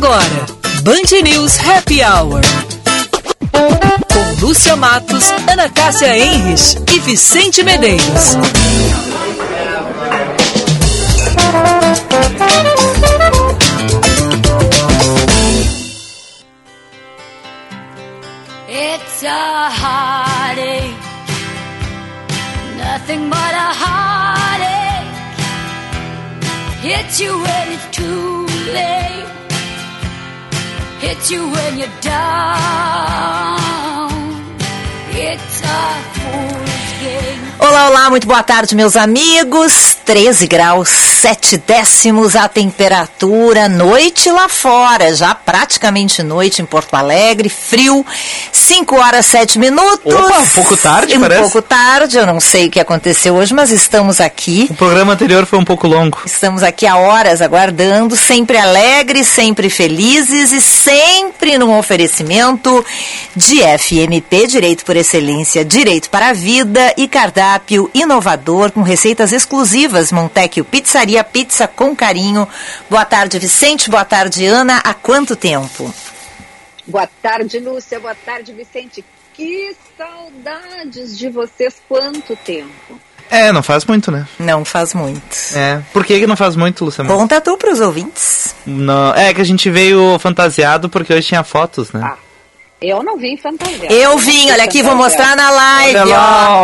Agora, Band News Happy Hour. Com Lúcia Matos, Ana Cássia Henrich e Vicente Medeiros. It's a heartache, nothing but a heartache. Hits you when it's too late, hits you when you're down. It's a fool's game. Olá, olá, muito boa tarde, meus amigos. 13 graus, 7 décimos a temperatura, noite lá fora, já praticamente noite em Porto Alegre, frio, 5 horas 7 minutos. Opa, um pouco tarde, parece. Um pouco tarde, eu não sei o que aconteceu hoje, mas estamos aqui. O programa anterior foi um pouco longo. Estamos aqui há horas aguardando, sempre alegres, sempre felizes e sempre num oferecimento de FMP, Direito por Excelência, Direito para a Vida e cardápio inovador com receitas exclusivas, Montecchio Pizzaria, pizza com carinho. Boa tarde, Vicente, boa tarde, Ana. Há quanto tempo? Boa tarde, Lúcia, boa tarde, Vicente. Que saudades de vocês, quanto tempo? Não faz muito, né? Não faz muito. Por que não faz muito, Lúcia? Conta tu pros ouvintes. Não, que a gente veio fantasiado porque hoje tinha fotos, né? Eu não vim fantasiado. Eu vim, olha aqui, vou mostrar na live. Olha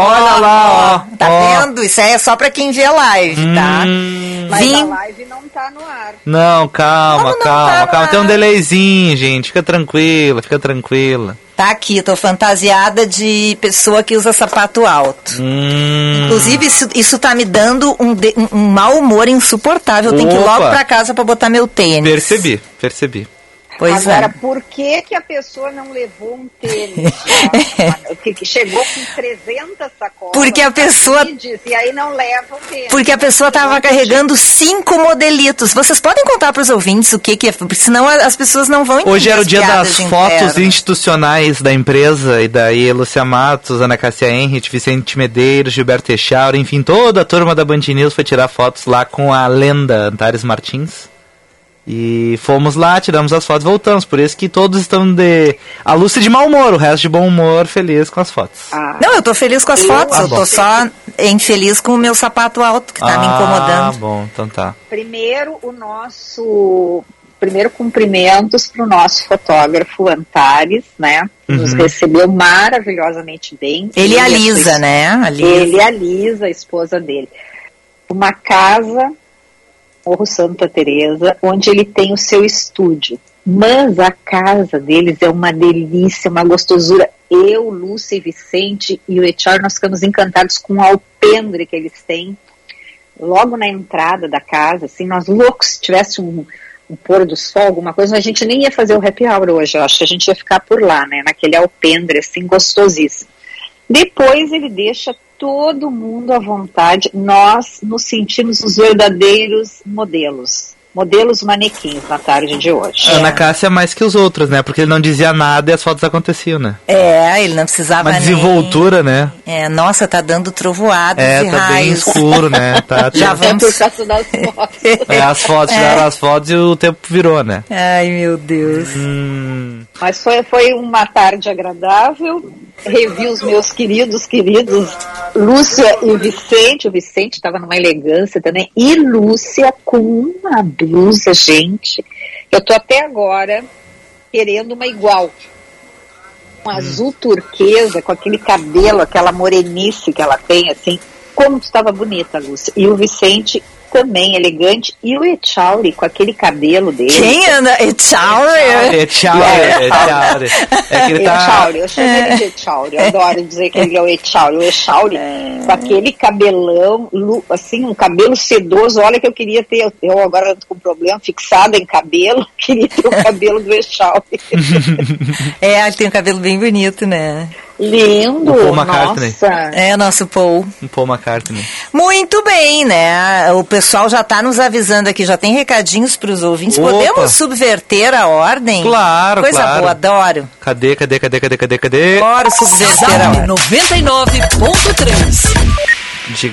lá, ó. Tá vendo? Isso aí é só pra quem vê a live, tá? Mas a live não tá no ar. Não, calma. Tem um delayzinho, gente. Fica tranquila. Tá aqui, tô fantasiada de pessoa que usa sapato alto. Inclusive, isso tá me dando um mau humor insuportável. Eu tenho que ir logo pra casa pra botar meu tênis. Percebi. Pois agora, por que a pessoa não levou um tênis? Que chegou com 300 sacolas. Porque a pessoa... E aí não leva o tênis. Porque a pessoa estava carregando 5 modelitos. Vocês podem contar para os ouvintes o que é? Porque senão as pessoas não vão entender. Hoje era o dia das fotos institucionais da empresa. E daí Lúcia Matos, Ana Cássia Henrich, Vicente Medeiros, Gilberto Echauri, enfim, toda a turma da Band News foi tirar fotos lá com a lenda Antares Martins. E fomos lá, tiramos as fotos, voltamos. Por isso que todos estão a Lúcia de mau humor, o resto de bom humor, feliz com as fotos. Não, eu tô feliz com as fotos, eu tô só infeliz com o meu sapato alto, que tá me incomodando. Bom, então tá. Primeiro cumprimentos pro nosso fotógrafo Antares, né? Nos recebeu maravilhosamente bem. Ele e a Lisa, né? Ele e a Lisa, a esposa dele. Uma casa... Morro Santa Teresa, onde ele tem o seu estúdio. Mas a casa deles é uma delícia, uma gostosura. Eu, Lúcia e Vicente e o Echar, nós ficamos encantados com o alpendre que eles têm. Logo na entrada da casa, assim, nós loucos, se tivesse um pôr do sol, alguma coisa, a gente nem ia fazer o happy hour hoje. Eu acho que a gente ia ficar por lá, né? Naquele alpendre, assim, gostosíssimo. Depois ele deixa todo mundo à vontade. Nós nos sentimos os verdadeiros modelos manequins na tarde de hoje. Ana Cássia mais que os outros, né? Porque ele não dizia nada e as fotos aconteciam, né? Ele não precisava uma desenvoltura, né? Nossa, tá dando trovoadas e tá raios. bem escuro, né? Já vamos... por causa das fotos. As fotos, tiraram as fotos e o tempo virou, né? Ai, meu Deus. Mas foi uma tarde agradável. Revi os meus queridos Lúcia e Vicente. O Vicente estava numa elegância também. E Lúcia com uma blusa, gente. Eu tô até agora querendo uma igual. Um azul turquesa, com aquele cabelo, aquela morenice que ela tem, assim. Como estava bonita, Lúcia. E o Vicente também elegante, e o Echauri com aquele cabelo dele. Quem anda? Echauri? Echauri. É que ele tá... Echauri, eu chamo ele de Echauri, eu adoro dizer que ele é o Echauri. O Echauri com aquele cabelão, assim, um cabelo sedoso. Olha que eu queria ter, eu agora tô com problema, fixada em cabelo, queria ter o cabelo do Echauri. Ele tem um cabelo bem bonito, né? Lindo, o Paul McCartney. Nossa. É, nosso Paul. O Paul McCartney. Muito bem, né? O pessoal já está nos avisando aqui, já tem recadinhos para os ouvintes. Opa. Podemos subverter a ordem? Claro, Coisa claro. boa, adoro. Cadê? Adoro subverter a ordem. 99.3. Diga.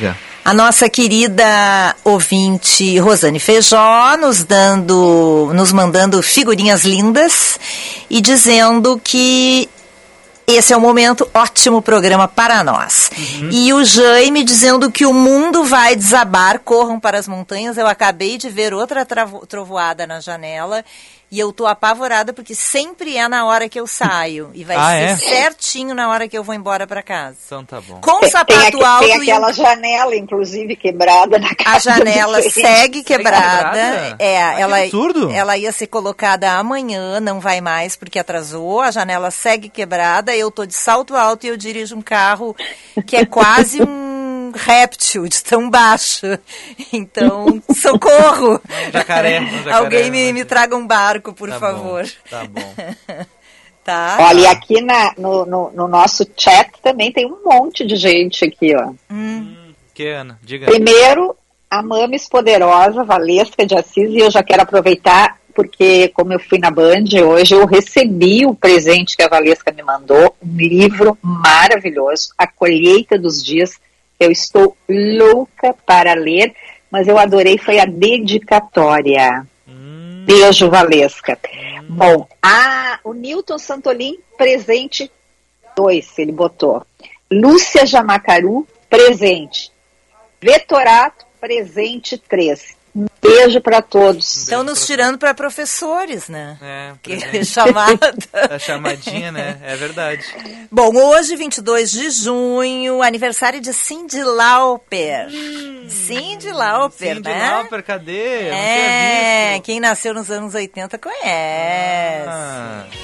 A nossa querida ouvinte Rosane Feijó nos mandando figurinhas lindas e dizendo que esse é um momento, ótimo programa para nós. E o Jaime dizendo que o mundo vai desabar, corram para as montanhas. Eu acabei de ver outra trovoada na janela e eu tô apavorada porque sempre é na hora que eu saio. E vai ser certinho na hora que eu vou embora para casa. Então tá bom. Com o sapato alto tem aquela janela, inclusive, quebrada na casa. A janela segue quebrada. Absurdo. Ela ia ser colocada amanhã, não vai mais porque atrasou. A janela segue quebrada. Eu tô de salto alto e eu dirijo um carro que é quase um réptil de tão baixo. Então, socorro! Jacaré. Alguém me traga um barco, por favor. Tá bom. Tá. Olha, e aqui no nosso chat também tem um monte de gente aqui, ó. Que, Ana? Diga. Primeiro, a Mames Poderosa, Valesca de Assis, e eu já quero aproveitar, porque como eu fui na Band hoje, eu recebi o presente que a Valesca me mandou, um livro maravilhoso, A Colheita dos Dias. Eu estou louca para ler, mas eu adorei, foi a dedicatória. Beijo, Valesca. Bom, o Newton Santolin, presente 2, ele botou. Lúcia Jamacaru, presente. Vetorato, presente 3. Um beijo para todos. Estão nos tirando para professores, né? Que chamada. A chamadinha, né? É verdade. Bom, hoje, 22 de junho, aniversário de Cyndi Lauper. Cyndi Lauper, Cyndi né? Lauper, cadê? Eu não tinha visto. Quem nasceu nos anos 80 conhece.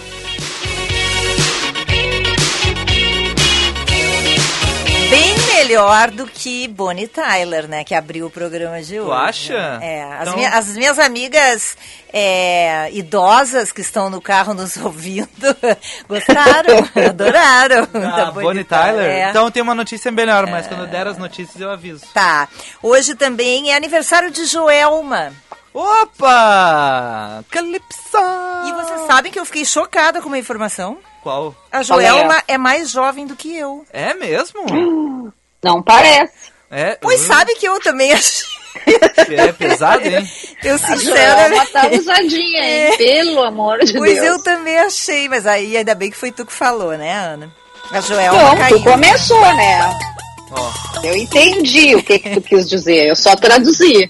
Bem melhor do que Bonnie Tyler, né? Que abriu o programa de hoje. Tu acha? Então... As minhas amigas idosas que estão no carro nos ouvindo gostaram, adoraram. A Bonnie Tyler? Então tem uma notícia melhor, mas quando der as notícias eu aviso. Tá. Hoje também é aniversário de Joelma. Opa! Calypso! E vocês sabem que eu fiquei chocada com uma informação? Qual? A Joelma é mais jovem do que eu. É mesmo? Não parece. Pois sabe que eu também achei. É pesado, hein? Eu sinceramente... tá usadinha, hein? Pelo amor de Deus. Pois eu também achei, mas aí ainda bem que foi tu que falou, né, Ana? A Joelma caiu. Tu começou, né? Eu entendi o que tu quis dizer, eu só traduzi.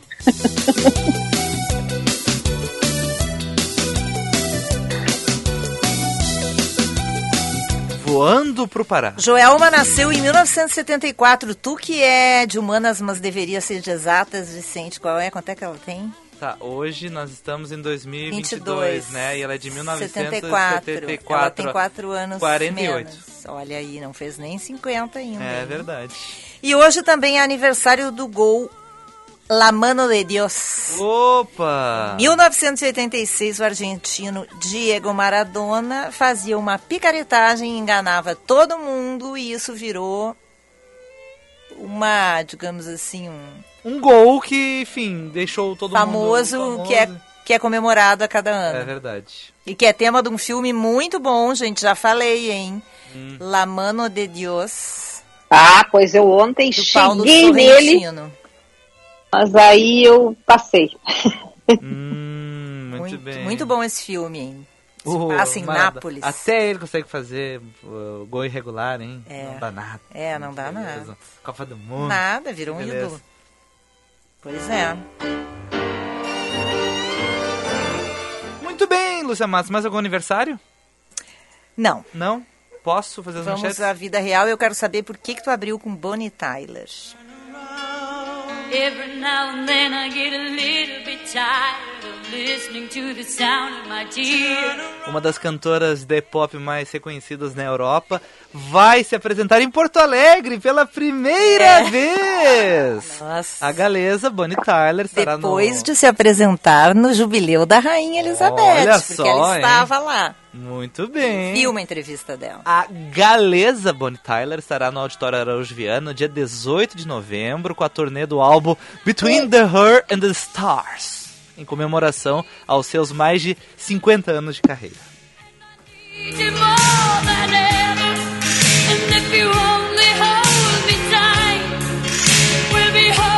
Voando pro Pará. Joelma nasceu em 1974. Tu que é de humanas, mas deveria ser de exatas, Vicente, qual é? Quanto é que ela tem? Tá, hoje nós estamos em 2022, né? E ela é de 1974. Ela tem 4 anos 48. menos. Olha aí, não fez nem 50 ainda. É verdade. E hoje também é aniversário do gol La Mano de Dios. Opa! 1986, o argentino Diego Maradona fazia uma picaretagem, enganava todo mundo e isso virou uma, digamos assim, um gol que, enfim, deixou todo mundo famoso. Que é comemorado a cada ano. É verdade. E que é tema de um filme muito bom, gente, já falei, hein? La Mano de Dios. Ah, pois eu ontem cheguei nele, mas aí eu passei. Muito bem. Muito bom esse filme, hein? Se passa em Nápoles. Até ele consegue fazer gol irregular, hein? Não dá nada. Não dá nada. Copa do Mundo. Nada, virou um ídolo. Pois é. Muito bem, Lúcia Matos. Mais algum aniversário? Não. Não? Posso fazer as manchetes? Vamos à vida real. Eu quero saber por que tu abriu com Bonnie Tyler. Every now and then I get a little bit tired of listening to the sound of my tears. Uma das cantoras de pop mais reconhecidas na Europa vai se apresentar em Porto Alegre pela primeira vez. Nossa. A galesa Bonnie Tyler estará depois de se apresentar no Jubileu da Rainha Elizabeth. Olha porque só, ela estava lá. Muito bem. Vi uma entrevista dela. A galesa Bonnie Tyler estará no Auditório Araújo Viana no dia 18 de novembro com a turnê do álbum Between the Her and the Stars, em comemoração aos seus mais de 50 anos de carreira. And if you only hold me tight, we'll be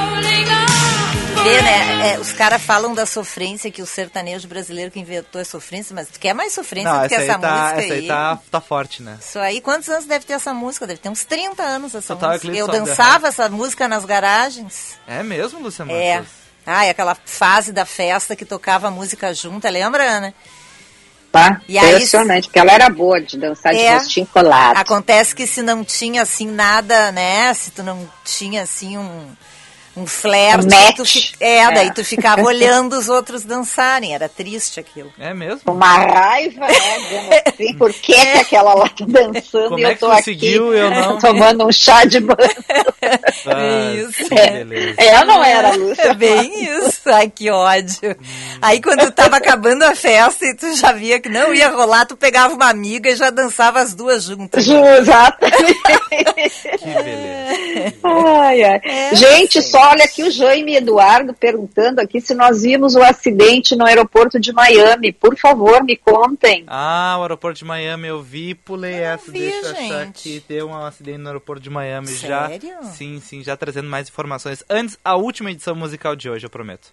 vê, né? Os caras falam da sofrência, que o sertanejo brasileiro que inventou é sofrência, mas tu quer mais sofrência do que essa música aí? Essa aí tá forte, né? Isso aí, quantos anos deve ter essa música? Deve ter uns 30 anos essa Total música. Eclipse Eu of the dançava essa música nas garagens. É mesmo, Lúcia Matos? É. Ah, e aquela fase da festa que tocava música junta, lembra, Ana? Tá, E aí, impressionante, porque ela era boa de dançar de rostinho colado. Acontece que se não tinha, assim, nada, né? Se tu não tinha, assim, um flerte, daí tu ficava olhando os outros dançarem, era triste aquilo. É mesmo? Uma raiva, né, dizendo assim, por que aquela lá tá dançando Como e eu tô conseguiu, aqui eu não... tomando um chá de banho. Isso. Beleza. Não era, Lúcia? É bem isso. Ai, que ódio. Aí quando tava acabando a festa e tu já via que não ia rolar, tu pegava uma amiga e já dançava as duas juntas. Exatamente. Que beleza. Ai, ai. Gente, só olha aqui o Jaime Eduardo perguntando aqui se nós vimos o acidente no aeroporto de Miami. Por favor, me contem. O aeroporto de Miami eu vi e pulei essa. Deixa eu achar que deu um acidente no aeroporto de Miami. Sério? Já. Sim, já trazendo mais informações. Antes, a última edição musical de hoje, eu prometo.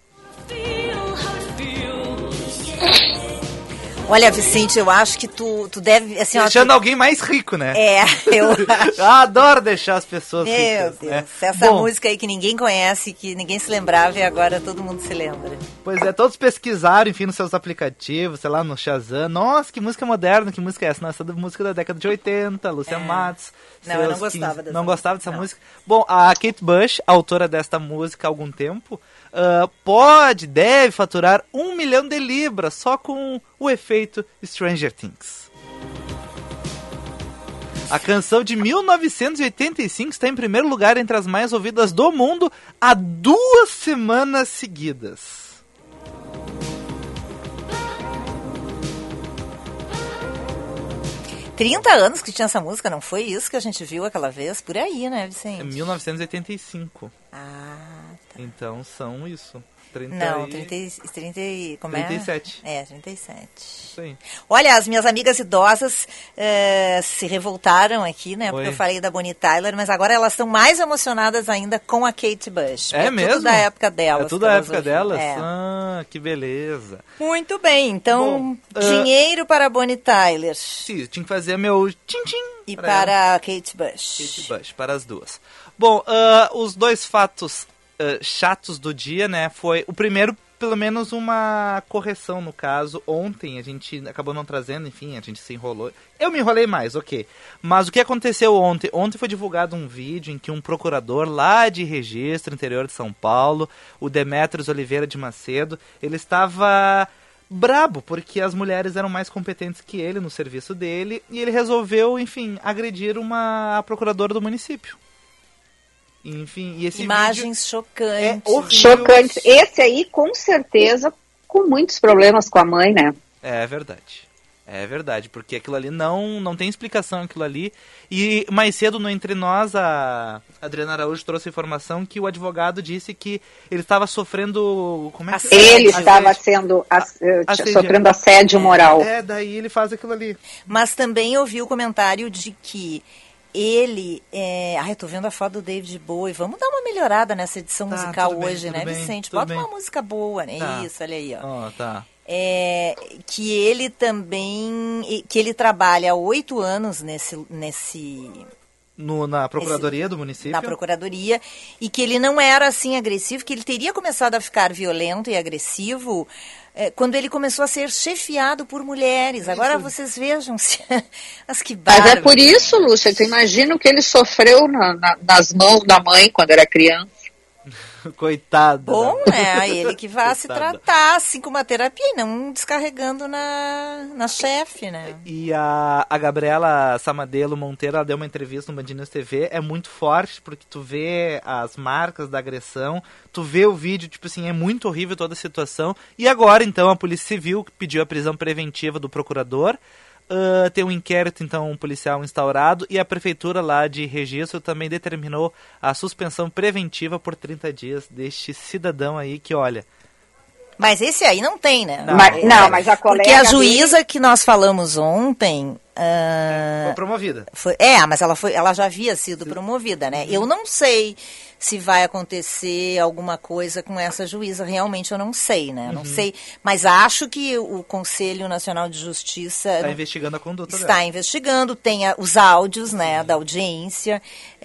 Olha, Vicente, eu acho que tu deve... Assim, deixando alguém mais rico, né? Eu acho. Eu adoro deixar as pessoas ricas. Meu Deus, né? Essa música aí que ninguém conhece, que ninguém se lembrava e agora todo mundo se lembra. Pois é, todos pesquisaram, enfim, nos seus aplicativos, sei lá, no Shazam. Nossa, que música moderna, que música é essa? Nossa, essa música da década de 80, Lúcia Matos. Não, eu não gostava dessa Não gostava dessa música? Bom, a Kate Bush, autora desta música há algum tempo, deve faturar 1 milhão de libras só com o efeito Stranger Things. A canção de 1985 está em primeiro lugar entre as mais ouvidas do mundo há 2 semanas seguidas. ...30 anos que tinha essa música, não foi isso que a gente viu aquela vez? Por aí, né, Vicente? É 1985. Tá. Então são isso. 30 não, e... 30 como 37. É, 37. Isso aí. Olha, as minhas amigas idosas se revoltaram aqui, né? Porque Oi. eu falei da Bonnie Tyler, mas agora elas estão mais emocionadas ainda com a Kate Bush. É mesmo? Tudo da época delas. É tudo da época delas? É. Ah, que beleza. Muito bem, então, Bom, dinheiro para a Bonnie Tyler. Sim, tinha que fazer meu tchim-tchim. E para a Kate Bush. Kate Bush, para as duas. Bom, os dois fatos chatos do dia, né? Foi o primeiro, pelo menos uma correção no caso. Ontem a gente acabou não trazendo, enfim, a gente se enrolou. Eu me enrolei mais, ok. Mas o que aconteceu ontem? Ontem foi divulgado um vídeo em que um procurador lá de Registro, interior de São Paulo, o Demetrios Oliveira de Macedo, ele estava brabo, porque as mulheres eram mais competentes que ele no serviço dele, e ele resolveu, enfim, agredir a procuradora do município. Enfim, e esse imagens chocantes. Chocantes. Esse aí, com certeza, com muitos problemas com a mãe, né? É verdade. É verdade, porque aquilo ali não tem explicação, aquilo ali. E mais cedo no Entre Nós, a Adriana Araújo trouxe a informação que o advogado disse que ele estava sofrendo... Como é que ele estava sofrendo assédio moral. Daí ele faz aquilo ali. Mas também ouvi o comentário de que ele... eu tô vendo a foto do David Bowie. Vamos dar uma melhorada nessa edição musical hoje, né, Vicente? Bota uma música boa, né? Tá. Isso, olha aí, ó. Tá. Que ele também... Que ele trabalha há 8 anos na procuradoria do município. Na procuradoria. E que ele não era assim agressivo, que ele teria começado a ficar violento e agressivo quando ele começou a ser chefiado por mulheres. Agora vocês vejam. Mas que bárbaro. Mas é por isso, Lúcia, tu imagina o que ele sofreu nas mãos da mãe quando era criança. Coitado. Bom, ele que vá se tratar, assim, com uma terapia e não descarregando na chefe, né? E a Gabriela Samadelo Monteiro, ela deu uma entrevista no Band News TV, é muito forte, porque tu vê as marcas da agressão, tu vê o vídeo, tipo assim, é muito horrível toda a situação. E agora, então, a Polícia Civil pediu a prisão preventiva do procurador. Tem um inquérito, então, policial instaurado, e a prefeitura lá de Registro também determinou a suspensão preventiva por 30 dias deste cidadão aí que, olha, Mas esse aí não tem, né? Mas a colega... Porque a juíza que nós falamos ontem... Foi promovida. Mas ela já havia sido promovida, né? Eu não sei se vai acontecer alguma coisa com essa juíza, realmente eu não sei, né? Não sei, mas acho que o Conselho Nacional de Justiça... Está investigando a conduta dela. Está investigando, tem os áudios, né, da audiência,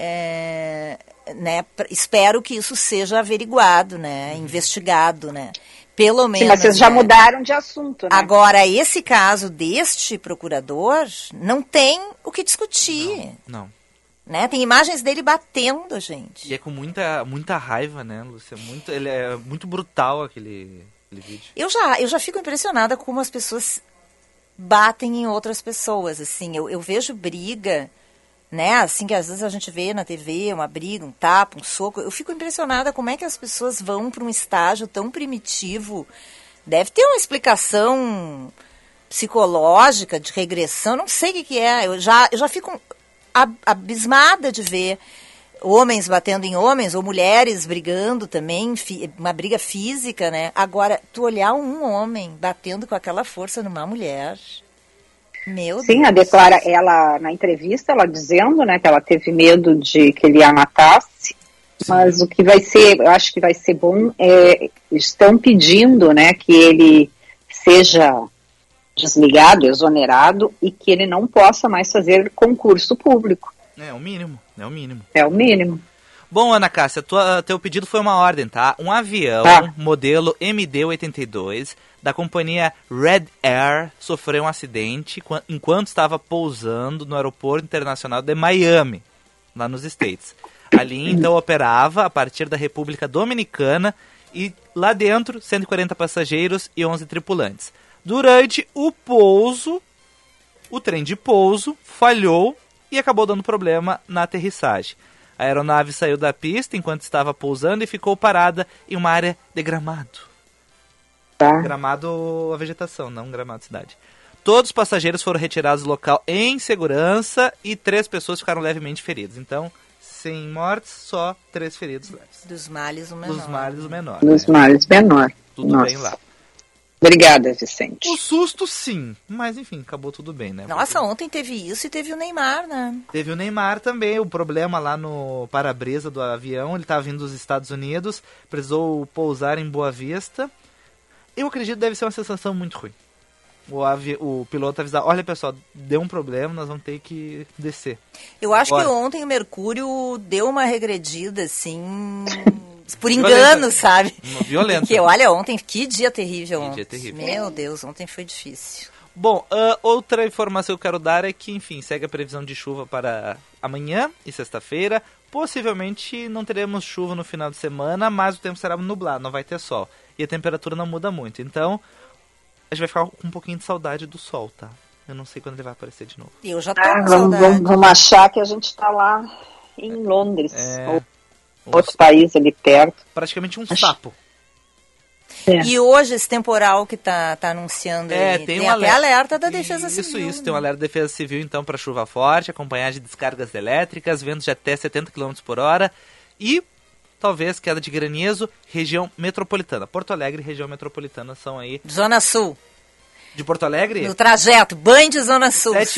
né? Espero que isso seja averiguado, né? Investigado, né? Pelo menos. Sim, mas vocês já mudaram de assunto, né? Agora, esse caso deste procurador não tem o que discutir. Não. Né? Tem imagens dele batendo, gente. E é com muita raiva, né, Lúcia? Ele é muito brutal aquele vídeo. Eu já fico impressionada como as pessoas batem em outras pessoas, assim. Eu vejo briga, né? Assim que às vezes a gente vê na TV uma briga, um tapa, um soco. Eu fico impressionada como é que as pessoas vão para um estágio tão primitivo. Deve ter uma explicação psicológica, de regressão, não sei o que é. Eu já fico abismada de ver homens batendo em homens, ou mulheres brigando também, uma briga física, né? Agora, tu olhar um homem batendo com aquela força numa mulher... Meu Deus. Sim, ela, na entrevista, ela dizendo, né, que ela teve medo de que ele a matasse, mas o que vai ser, eu acho que vai ser bom, estão pedindo, né, que ele seja desligado, exonerado, e que ele não possa mais fazer concurso público. É o mínimo. É o mínimo. Bom, Ana Cássia, teu pedido foi uma ordem, tá? Um avião modelo MD-82 da companhia Red Air sofreu um acidente enquanto estava pousando no aeroporto internacional de Miami, lá nos States. Ali, então, operava a partir da República Dominicana e lá dentro, 140 passageiros e 11 tripulantes. Durante o pouso, o trem de pouso falhou e acabou dando problema na aterrissagem. A aeronave saiu da pista enquanto estava pousando e ficou parada em uma área de gramado. Gramado a vegetação, não gramado cidade. Todos os passageiros foram retirados do local em segurança e 3 pessoas ficaram levemente feridas. Então, sem mortes, só 3 feridos leves. Dos males o menor. Dos males menor. Tudo Nossa. bem lá. Obrigada, Vicente. O susto, sim. Mas, enfim, acabou tudo bem, né? Nossa, ontem teve isso e teve o Neymar, né? Teve o Neymar também. O problema lá no para-brisa do avião. Ele estava vindo dos Estados Unidos. Precisou pousar em Boa Vista. Eu acredito que deve ser uma sensação muito ruim. O piloto avisar, olha pessoal, deu um problema, nós vamos ter que descer. Eu acho que ontem o Mercúrio deu uma regredida, assim... Por engano, sabe? Violento. Porque, olha, ontem, que dia terrível ontem. Dia terrível. Meu Deus, ontem foi difícil. Bom, outra informação que eu quero dar é que, enfim, segue a previsão de chuva para amanhã e sexta-feira. Possivelmente não teremos chuva no final de semana, mas o tempo será nublado, não vai ter sol. E a temperatura não muda muito. Então, a gente vai ficar com um pouquinho de saudade do sol, tá? Eu não sei quando ele vai aparecer de novo. Eu já tô com saudade. Vamos achar que a gente tá lá em Londres. Ou outro país ali perto. Praticamente um sapo. E hoje esse temporal que tá anunciando aí, tem até alerta da Defesa Civil. Isso, tem um alerta da Defesa Civil então para chuva forte, acompanhada de descargas elétricas, ventos de até 70 km por hora e talvez queda de granizo, região metropolitana. Porto Alegre e região metropolitana são aí. Zona Sul. De Porto Alegre? No trajeto, banho de Zona Sul. Após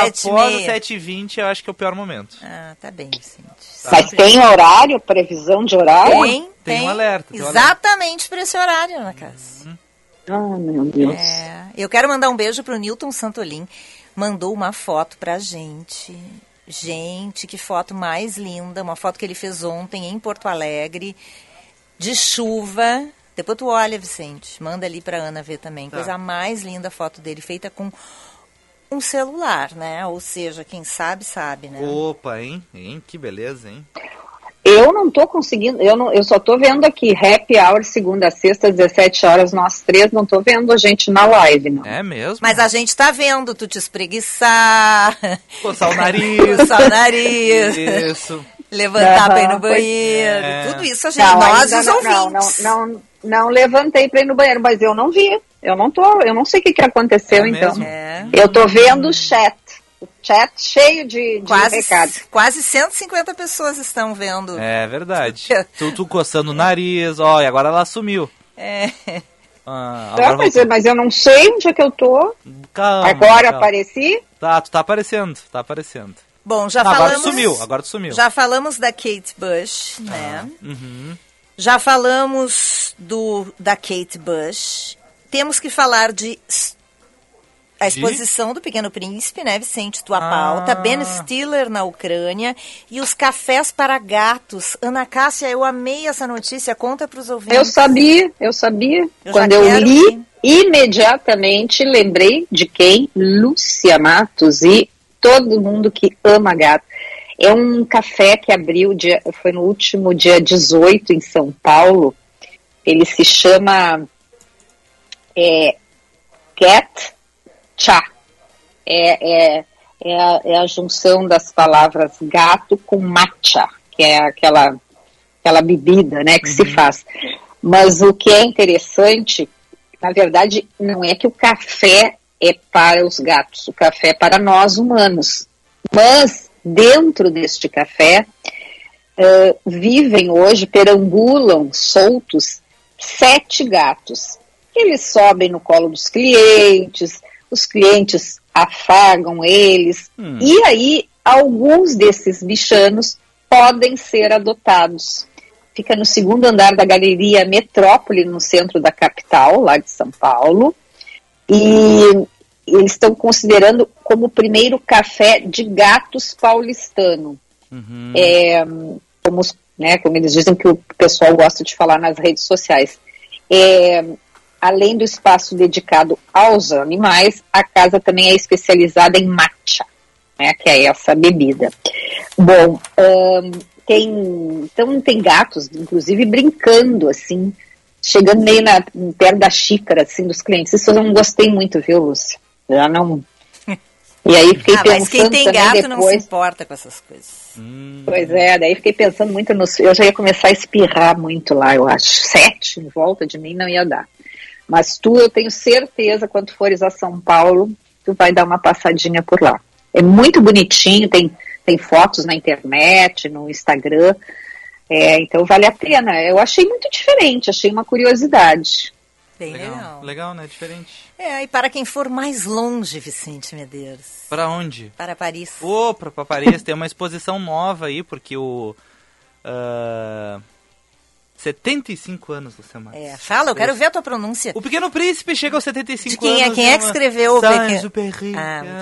7h20 eu acho que é o pior momento. Ah, tá bem, Vicente. Mas tem horário, previsão de horário? Tem um alerta. Exatamente para esse horário, Ana Cássia. Ah, meu Deus. Eu quero mandar um beijo pro Newton Santolin. Mandou uma foto pra gente. Gente, que foto mais linda. Uma foto que ele fez ontem em Porto Alegre, de chuva. Depois tu olha, Vicente. Manda ali pra Ana ver também. Tá. Coisa mais linda a foto dele, feita com um celular, né? Ou seja, quem sabe, sabe, né? Opa, hein? Que beleza, hein? Eu não tô conseguindo, eu só tô vendo aqui happy hour segunda a sexta, 17 horas, nós 3, não tô vendo a gente na live, não. É mesmo? Mas a gente tá vendo tu te espreguiçar. Coçar o nariz. Coçar o nariz. Isso. Levantar pra ir no banheiro. Tudo isso a gente, nós os ouvintes. Não levantei pra ir no banheiro, mas eu não vi. Eu não sei o que aconteceu, então. Eu tô vendo o chat cheio de recados. Quase 150 pessoas estão vendo. É verdade. tu coçando o nariz, ó, e agora ela sumiu. Agora mas eu não sei onde é que eu tô. Calma, Agora apareci? Tá, tu tá aparecendo. Bom, já Agora falamos... tu sumiu. Já falamos da Kate Bush, né? Uhum. Já falamos da Kate Bush. Temos que falar a exposição do Pequeno Príncipe, né, Vicente? Tua pauta. Ben Stiller na Ucrânia. E os cafés para gatos. Ana Cássia, eu amei essa notícia. Conta para os ouvintes. Eu sabia. Quando eu li, imediatamente lembrei de quem? Lúcia Matos e todo mundo que ama gato. É um café que abriu, foi no último dia 18 em São Paulo. Ele se chama Cat Cha. É a junção das palavras gato com matcha, que é aquela bebida, né, que se faz. Mas o que é interessante, na verdade, não é que o café é para os gatos, o café é para nós humanos. Mas dentro deste café vivem hoje, perambulam soltos 7 gatos. Eles sobem no colo dos clientes, os clientes afagam eles, e aí alguns desses bichanos podem ser adotados. Fica no 2º andar da Galeria Metrópole, no centro da capital, lá de São Paulo, e eles estão considerando como o primeiro café de gatos paulistano. Como eles dizem que o pessoal gosta de falar nas redes sociais. Além do espaço dedicado aos animais, a casa também é especializada em matcha, né, que é essa bebida. Bom, tem gatos, inclusive, brincando, assim, chegando meio perto da xícara, assim, dos clientes. Isso eu não gostei muito, viu, Lúcia? Já não... E aí fiquei pensando mas quem tem gato depois, não se importa com essas coisas. Pois é, daí fiquei pensando muito eu já ia começar a espirrar muito lá, eu acho. 7 em volta de mim não ia dar. Mas eu tenho certeza, quando fores a São Paulo, tu vai dar uma passadinha por lá. É muito bonitinho, tem fotos na internet, no Instagram, então vale a pena. Eu achei muito diferente, achei uma curiosidade. Bem legal. Legal, né? Diferente. E para quem for mais longe, Vicente Medeiros. Para onde? Para Paris. Para Paris. Tem uma exposição nova aí, porque 75 anos, Luciana. Fala, eu quero ver a tua pronúncia. O Pequeno Príncipe chega aos 75 de quem anos. Quem é que escreveu o Pequeno? Exupéry.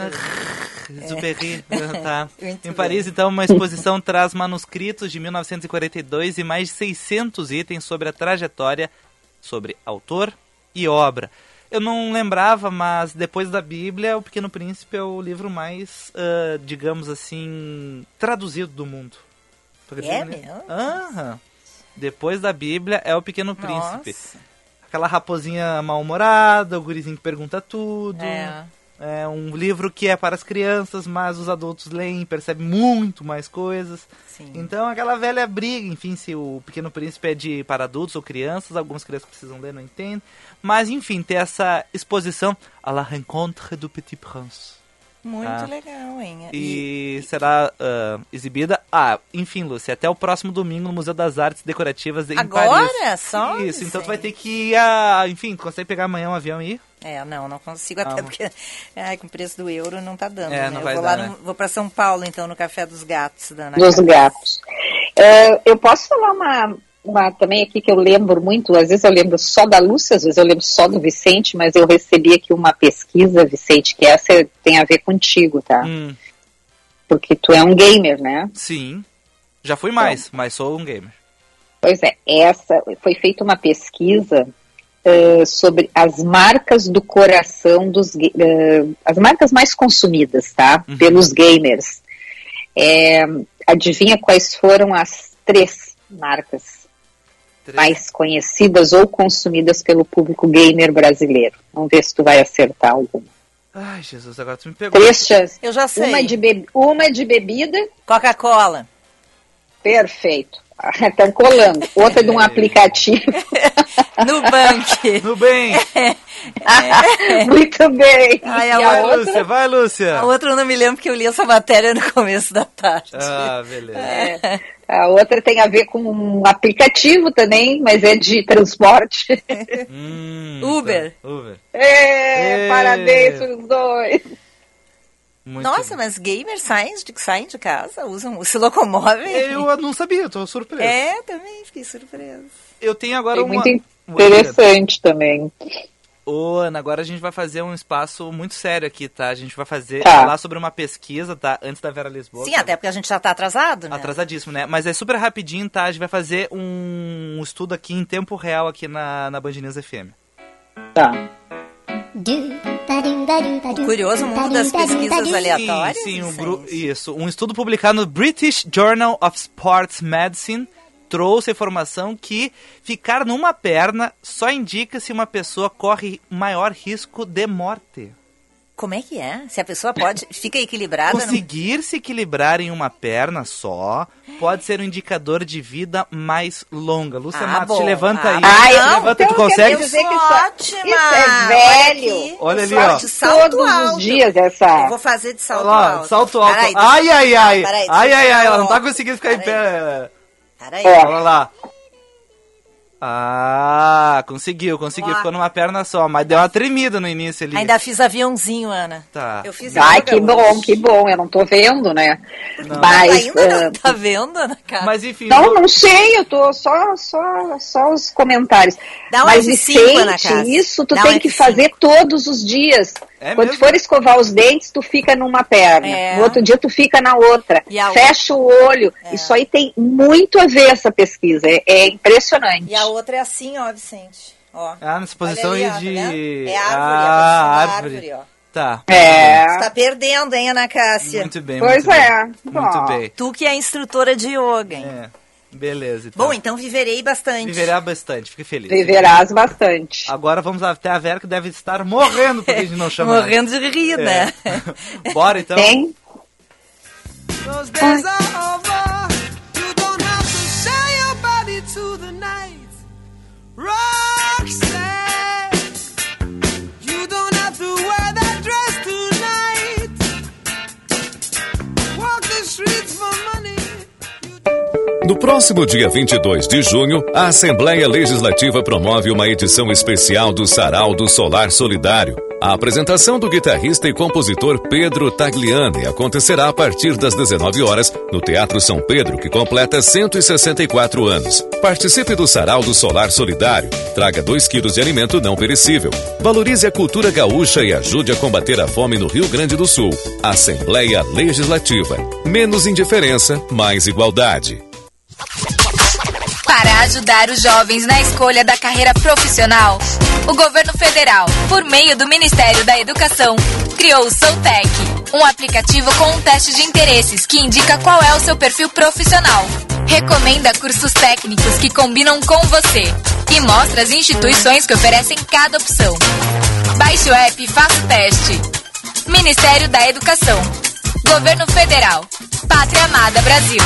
Exupéry. Tá. Em Paris, bem. então, uma exposição traz manuscritos de 1942 e mais de 600 itens sobre a trajetória, sobre autor e obra. Eu não lembrava, mas depois da Bíblia, O Pequeno Príncipe é o livro mais, digamos assim, traduzido do mundo. Mesmo? Depois da Bíblia é O Pequeno Príncipe. Nossa. Aquela raposinha mal-humorada, o gurizinho que pergunta tudo. É um livro que é para as crianças, mas os adultos leem e percebem muito mais coisas. Sim. Então aquela velha briga, enfim, se o Pequeno Príncipe é para adultos ou crianças, algumas crianças precisam ler, não entendem. Mas enfim, ter essa exposição à la rencontre du Petit Prince. Muito legal, hein? E será exibida, enfim, Lúcia, até o próximo domingo no Museu das Artes Decorativas em Paris. Agora? Só? Isso, então tu vai ter que ir, enfim, consegue pegar amanhã um avião e ir? Não consigo, até porque com o preço do euro não tá dando, né? Não vai eu vou dar, lá né? Vou para São Paulo, então, no Café dos Gatos. Dos gatos. Eu posso falar uma também aqui que eu lembro muito, às vezes eu lembro só da Lúcia, às vezes eu lembro só do Vicente, mas eu recebi aqui uma pesquisa, Vicente, que essa tem a ver contigo, tá? Porque tu é um gamer, né? Sim, já fui mais, mas sou um gamer. Pois é, foi feita uma pesquisa sobre as marcas do coração as marcas mais consumidas, tá? Pelos gamers. Adivinha quais foram as 3 marcas mais conhecidas ou consumidas pelo público gamer brasileiro? Vamos ver se tu vai acertar alguma. Ai, Jesus, agora tu me pegou. 3 chances. Eu já sei. Uma de bebida. Coca-Cola. Perfeito. Estão colando. Outra de um aplicativo. Nubank. Muito bem. Ai, E a outra? Vai, Lúcia. A outra eu não me lembro porque eu li essa matéria no começo da tarde. Ah, beleza. A outra tem a ver com um aplicativo também, mas é de transporte. Uber. Tá. Uber. Parabéns para os dois. Muito Nossa, mas gamers saem de casa, se locomovem. Eu não sabia, tô surpreso. Também fiquei surpresa. Eu tenho agora É muito interessante também. Ô, Ana, agora a gente vai fazer um espaço muito sério aqui, tá? A gente vai falar sobre uma pesquisa, tá? Antes da Vera Lisboa. Sim, até porque a gente já tá atrasado, né? Atrasadíssimo, né? Mas é super rapidinho, tá? A gente vai fazer um estudo aqui em tempo real aqui na Band News FM. Tá. O curioso mundo das pesquisas aleatórias. Sim, isso. Um estudo publicado no British Journal of Sports Medicine trouxe a informação que ficar numa perna só indica se uma pessoa corre maior risco de morte. Como é que é? Se a pessoa fica equilibrada... Conseguir se equilibrar em uma perna só pode ser um indicador de vida mais longa. Lúcia Matos, te levanta aí. Levanta, tu consegue? Dizer que ótima! Isso é velho. Olha ali, ó. Todos os dias essa... Eu vou fazer de salto Olha lá, alto. salto alto. Peraí, Ai, ela não tá conseguindo ficar em pé. Peraí. Olha lá. Conseguiu, ficou numa perna só, mas deu uma tremida no início ali. Ainda fiz aviãozinho, Ana. Tá. Eu fiz que bom, eu não tô vendo, né? Não. Mas ainda não tá vendo, Ana, cara? Mas enfim... Não sei, eu tô só os comentários. Dá um Mas F5, Ana Cássia. isso tu Dá tem um que F5. fazer todos os dias. Quando mesmo? tu for escovar os dentes, tu fica numa perna. No outro dia tu fica na outra. Fecha o olho. Isso aí tem muito a ver, essa pesquisa. É impressionante. E a outra é assim, ó, Vicente. Ó. nessa posição aí de... É a árvore, ó. Tá. Você tá perdendo, hein, Ana Cássia? Muito bem, Pois muito é. bem. Muito bem. Tu que é instrutora de yoga, hein? Beleza. Então. Bom, então viverei bastante. Viverá bastante, fique feliz. Viverás bastante. Agora vamos até a Vera, que deve estar morrendo porque a gente não chama. Morrendo de rir, né? Bora, então. Tem? No próximo dia 22 de junho, a Assembleia Legislativa promove uma edição especial do Sarau do Solar Solidário. A apresentação do guitarrista e compositor Pedro Tagliani acontecerá a partir das 19 horas no Teatro São Pedro, que completa 164 anos. Participe do Sarau do Solar Solidário. Traga 2 quilos de alimento não perecível. Valorize a cultura gaúcha e ajude a combater a fome no Rio Grande do Sul. Assembleia Legislativa. Menos indiferença, mais igualdade. Para ajudar os jovens na escolha da carreira profissional, o governo federal, por meio do Ministério da Educação, criou o Soutec, um aplicativo com um teste de interesses que indica qual é o seu perfil profissional. Recomenda cursos técnicos que combinam com você e mostra as instituições que oferecem cada opção. Baixe o app e faça o teste. Ministério da Educação, Governo Federal, Pátria Amada Brasil.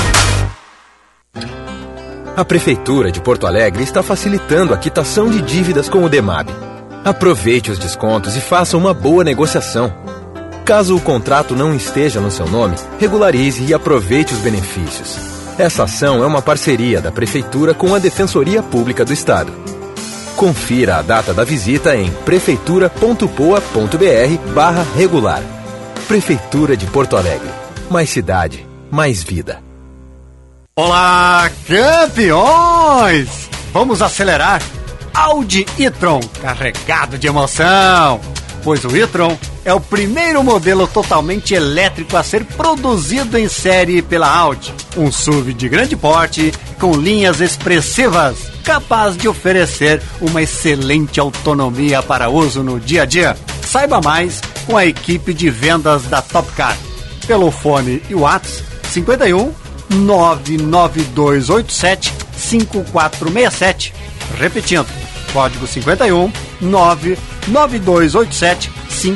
A Prefeitura de Porto Alegre está facilitando a quitação de dívidas com o DEMAB. Aproveite os descontos e faça uma boa negociação. Caso o contrato não esteja no seu nome, regularize e aproveite os benefícios. Essa ação é uma parceria da Prefeitura com a Defensoria Pública do Estado. Confira a data da visita em prefeitura.poa.br/regular. Prefeitura de Porto Alegre. Mais cidade, mais vida. Olá, campeões! Vamos acelerar? Audi e-tron, carregado de emoção! Pois o e-tron é o primeiro modelo totalmente elétrico a ser produzido em série pela Audi. Um SUV de grande porte, com linhas expressivas, capaz de oferecer uma excelente autonomia para uso no dia a dia. Saiba mais com a equipe de vendas da Top Car. Pelo fone e WhatsApp 51 99287 5467. Repetindo, código 51 99287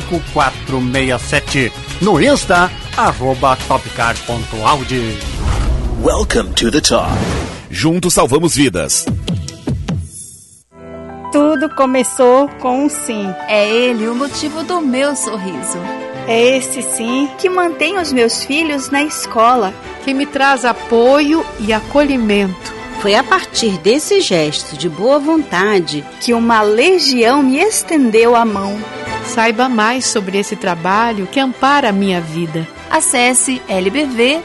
5467. No Insta, @topcar.audi. Welcome to the top. Juntos salvamos vidas. Tudo começou com um sim. É ele o motivo do meu sorriso. É esse sim que mantém os meus filhos na escola, que me traz apoio e acolhimento. Foi a partir desse gesto de boa vontade que uma legião me estendeu a mão. Saiba mais sobre esse trabalho que ampara a minha vida. Acesse lbv.org.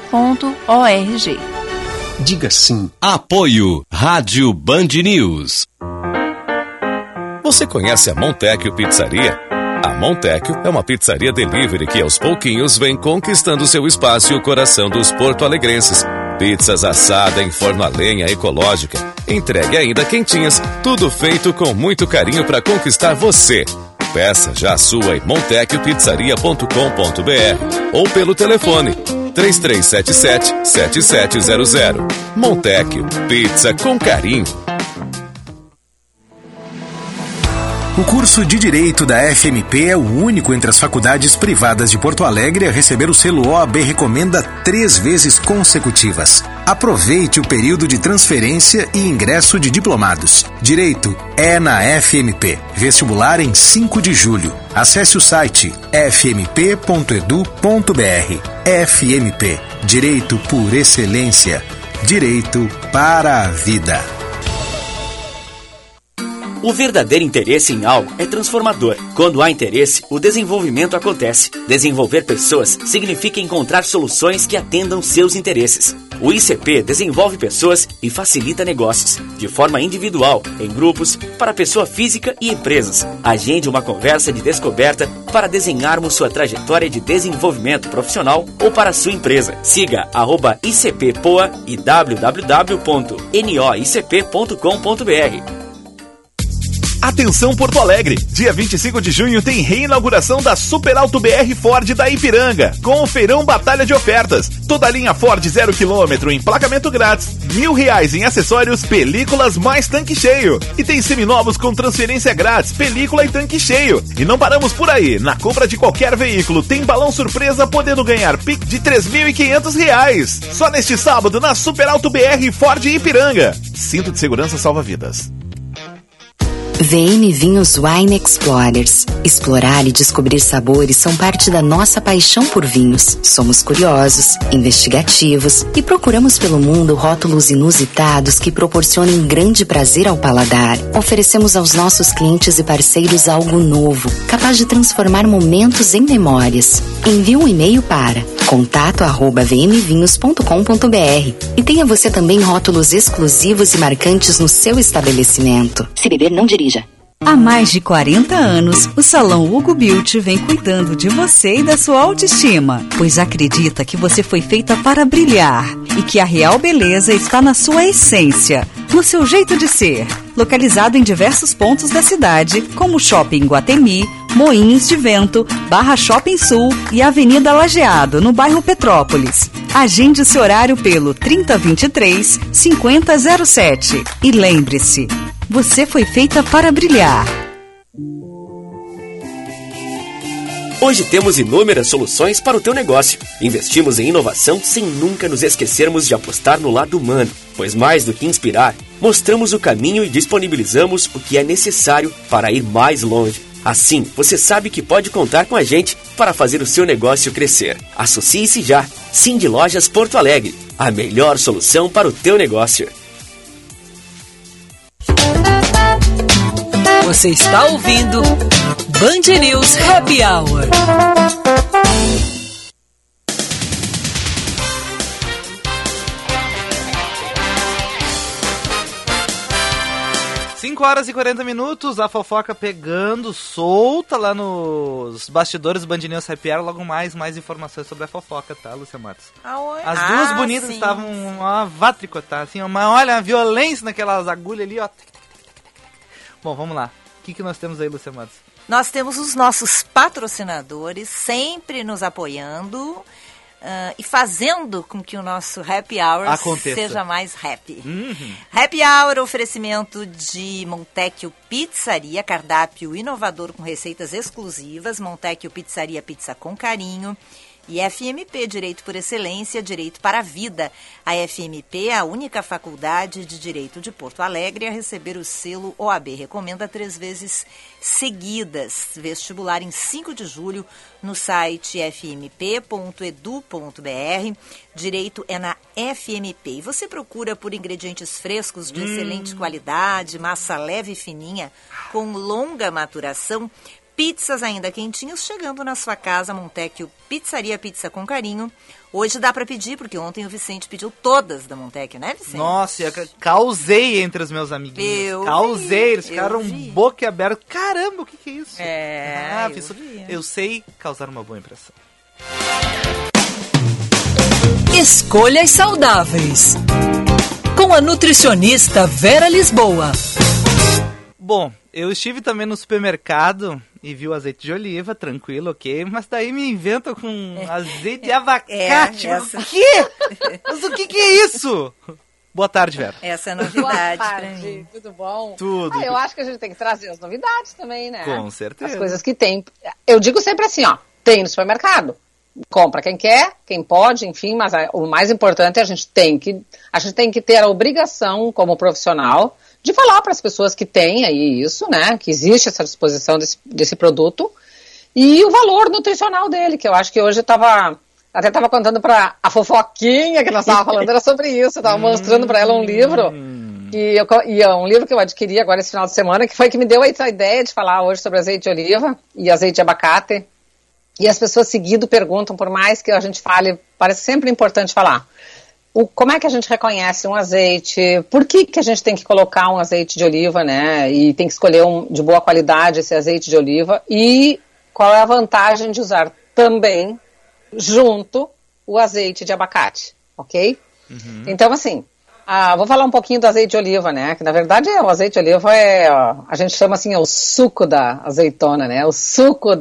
Diga sim. Apoio Rádio Band News. Você conhece a Montecchio Pizzaria? A Montecchio é uma pizzaria delivery que aos pouquinhos vem conquistando seu espaço e o coração dos porto-alegrenses. Pizzas assada em forno a lenha ecológica, entregue ainda quentinhas, tudo feito com muito carinho para conquistar você. Peça já a sua em montecchiopizzaria.com.br ou pelo telefone 3377-7700. Montecchio, pizza com carinho. O curso de Direito da FMP é o único entre as faculdades privadas de Porto Alegre a receber o selo OAB Recomenda 3 vezes consecutivas. Aproveite o período de transferência e ingresso de diplomados. Direito é na FMP. Vestibular em 5 de julho. Acesse o site fmp.edu.br. FMP. Direito por excelência. Direito para a vida. O verdadeiro interesse em algo é transformador. Quando há interesse, o desenvolvimento acontece. Desenvolver pessoas significa encontrar soluções que atendam seus interesses. O ICP desenvolve pessoas e facilita negócios, de forma individual, em grupos, para pessoa física e empresas. Agende uma conversa de descoberta para desenharmos sua trajetória de desenvolvimento profissional ou para sua empresa. Siga @ICPPoa e www.noicp.com.br. Atenção Porto Alegre! Dia 25 de junho tem reinauguração da Super Alto BR Ford da Ipiranga, com o feirão Batalha de Ofertas. Toda a linha Ford 0 km, emplacamento grátis, R$1.000 em acessórios, películas mais tanque cheio. E tem seminovos com transferência grátis, película e tanque cheio. E não paramos por aí, na compra de qualquer veículo tem balão surpresa podendo ganhar PIC de R$3.500. Só neste sábado na Super Alto BR Ford Ipiranga. Cinto de segurança salva vidas. VM Vinhos Wine Explorers. Explorar e descobrir sabores são parte da nossa paixão por vinhos. Somos curiosos, investigativos e procuramos pelo mundo rótulos inusitados que proporcionem grande prazer ao paladar. Oferecemos aos nossos clientes e parceiros algo novo, capaz de transformar momentos em memórias. Envie um e-mail para contato@vmvinhos.com.br e tenha você também rótulos exclusivos e marcantes no seu estabelecimento. Se beber, não dirija. Há mais de 40 anos, o Salão Hugo Beauty vem cuidando de você e da sua autoestima, pois acredita que você foi feita para brilhar e que a real beleza está na sua essência, no seu jeito de ser. Localizado em diversos pontos da cidade, como Shopping Guatemi, Moinhos de Vento, Barra Shopping Sul e Avenida Lajeado, no bairro Petrópolis. Agende o seu horário pelo 3023-5007. E lembre-se, você foi feita para brilhar. Hoje temos inúmeras soluções para o teu negócio. Investimos em inovação sem nunca nos esquecermos de apostar no lado humano, pois mais do que inspirar, mostramos o caminho e disponibilizamos o que é necessário para ir mais longe. Assim, você sabe que pode contar com a gente para fazer o seu negócio crescer. Associe-se já. Cindy Lojas Porto Alegre, a melhor solução para o teu negócio. Você está ouvindo Band News Happy Hour. 5h40, a fofoca pegando solta lá nos bastidores do Band News Happy Hour. Logo mais informações sobre a fofoca, tá, Lúcia Matos? As duas bonitas estavam vá tricotar, assim, olha a violência naquelas agulhas ali, ó. Bom, vamos lá. O que nós temos aí, Lúcia Matos? Nós temos os nossos patrocinadores sempre nos apoiando e fazendo com que o nosso Happy Hour seja mais happy. Happy Hour, oferecimento de Montecchio Pizzaria, cardápio inovador com receitas exclusivas. Montecchio Pizzaria, pizza com carinho. E FMP, Direito por Excelência, Direito para a Vida. A FMP é a única faculdade de Direito de Porto Alegre a receber o selo OAB Recomenda 3 vezes seguidas. Vestibular em 5 de julho no site fmp.edu.br. Direito é na FMP. E você procura por ingredientes frescos de excelente qualidade, massa leve e fininha, com longa maturação, pizzas ainda quentinhas chegando na sua casa. Montecchio Pizzaria, pizza com carinho. Hoje dá para pedir, porque ontem o Vicente pediu todas da Montecchio, né, Vicente? Nossa, eu causei entre os meus amiguinhos. Eles ficaram boca aberta. Caramba, o que é isso? Eu sei causar uma boa impressão. Escolhas saudáveis. Com a nutricionista Vera Lisboa. Bom, eu estive também no supermercado e vi o azeite de oliva, tranquilo, ok. Mas daí me inventam com azeite de abacate. Essa... O quê? Mas o que é isso? Boa tarde, Vera. Essa é a novidade. Boa tarde, tudo bom? Tudo. Eu acho que a gente tem que trazer as novidades também, né? Com certeza. As coisas que tem. Eu digo sempre assim, ó, tem no supermercado. Compra quem quer, quem pode, enfim, mas o mais importante é a gente tem que ter a obrigação, como profissional, de falar para as pessoas que têm aí isso, né, que existe essa disposição desse produto e o valor nutricional dele, que eu acho que hoje estava contando para a fofoquinha que nós estávamos falando, era sobre isso, eu estava mostrando para ela um livro, e um livro que eu adquiri agora esse final de semana, que foi que me deu essa ideia de falar hoje sobre azeite de oliva e azeite de abacate. E as pessoas seguido perguntam, por mais que a gente fale, parece sempre importante falar. Como é que a gente reconhece um azeite? Por que a gente tem que colocar um azeite de oliva, né? E tem que escolher de boa qualidade esse azeite de oliva? E qual é a vantagem de usar também, junto, o azeite de abacate, ok? Uhum. Então, assim, vou falar um pouquinho do azeite de oliva, né? Que na verdade o azeite de oliva a gente chama assim, o suco da azeitona, né? O suco